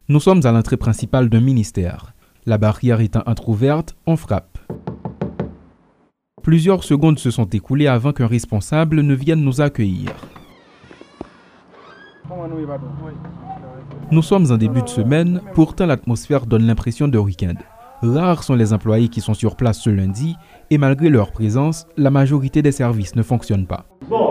Nous sommes à l'entrée principale d'un ministère. La barrière étant entrouverte, on frappe. Plusieurs secondes se sont écoulées avant qu'un responsable ne vienne nous accueillir. Nous sommes en début de semaine, pourtant l'atmosphère donne l'impression de week-end. Rares sont les employés qui sont sur place ce lundi et malgré leur présence, la majorité des services ne fonctionnent pas.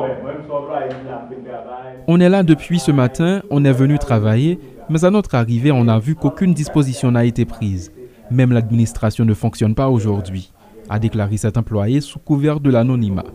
On est là depuis ce matin, on est venu travailler, mais à notre arrivée, on a vu qu'aucune disposition n'a été prise. Même l'administration ne fonctionne pas aujourd'hui, a déclaré cet employé sous couvert de l'anonymat.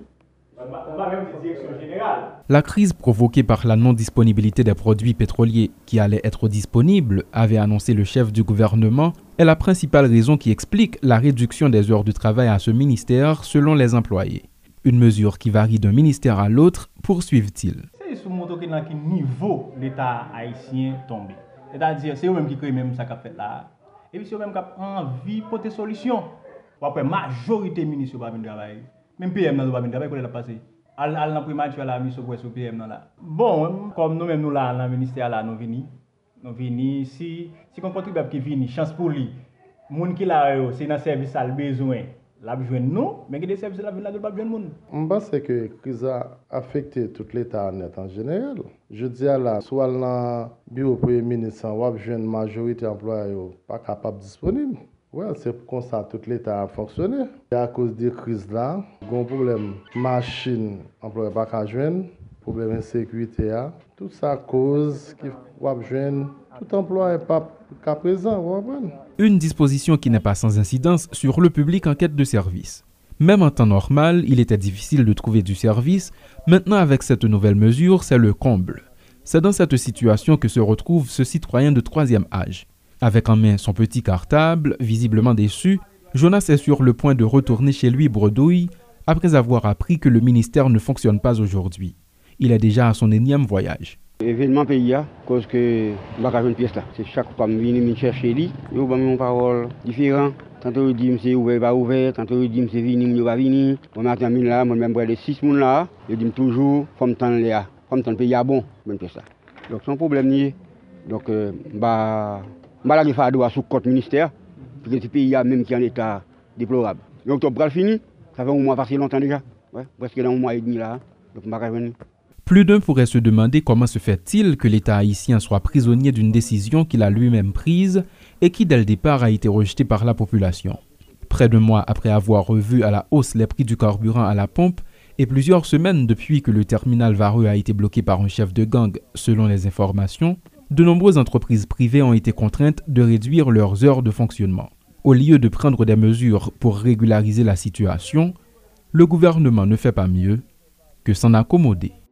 La crise provoquée par la non-disponibilité des produits pétroliers qui allaient être disponibles, avait annoncé le chef du gouvernement, est la principale raison qui explique la réduction des heures de travail à ce ministère selon les employés. Une mesure qui varie d'un ministère à l'autre, poursuivent-ils. C'est sur quel niveau l'État haïtien tombé. C'est-à-dire, c'est eux-mêmes qui créent même ça qu'a fait là. Et puis c'est eux-mêmes qui ont envie pour des solutions. Après, majorité ministre va venir travailler. Même PM n'a pas venir travailler, comment il a passé. À la primature, la mission pour le PM là. Bon, comme nous-mêmes nous là, dans le ministère là, nous venons. Si on contribuable qui vient, chance pour lui. Les gens qui là, c'est dans le service à besoin. La besoin nous, mais que des services là viennent pas besoin monde. On pense que la crise a affecté tout l'État net en général. Je dis à la soit dans le bureau premier ministre, on a une majorité d'employés pas capable disponible. Ouais, c'est pour ça que tout l'État a fonctionné. Et à cause de la crise là, il y a un problème machine, employé pas qu'à joindre, problème d'insécurité, tout ça cause qui va joindre tout emploi n'est pas présent. Une disposition qui n'est pas sans incidence sur le public en quête de service. Même en temps normal, il était difficile de trouver du service. Maintenant, avec cette nouvelle mesure, c'est le comble. C'est dans cette situation que se retrouve ce citoyen de 3e âge. Avec en main son petit cartable, visiblement déçu, Jonas est sur le point de retourner chez lui bredouille après avoir appris que le ministère ne fonctionne pas aujourd'hui. Il est déjà à son énième voyage. Événement pays à cause que je une pièce là. C'est chaque fois que je viens me chercher lui, il y a une parole différente. Tantôt il dit c'est ouvert pas ouvert, tantôt il dit c'est venir, il va venir. On matin là, moi même près de 6 personnes là, il dit toujours faut me tendre là, faut me tendre pays à bon, bonne pièce là. Donc son problème ni donc là il faut doit sous côte ministère parce que ce pays a même qui en état déplorable. Donc on va fini, ça fait un mois passé longtemps déjà. Ouais, presque dans un mois et demi là. Donc on va revenir. Plus d'un pourrait se demander comment se fait-il que l'État haïtien soit prisonnier d'une décision qu'il a lui-même prise et qui, dès le départ, a été rejetée par la population. Près de mois après avoir revu à la hausse les prix du carburant à la pompe et plusieurs semaines depuis que le terminal Vareux a été bloqué par un chef de gang, selon les informations, de nombreuses entreprises privées ont été contraintes de réduire leurs heures de fonctionnement. Au lieu de prendre des mesures pour régulariser la situation, le gouvernement ne fait pas mieux que s'en accommoder.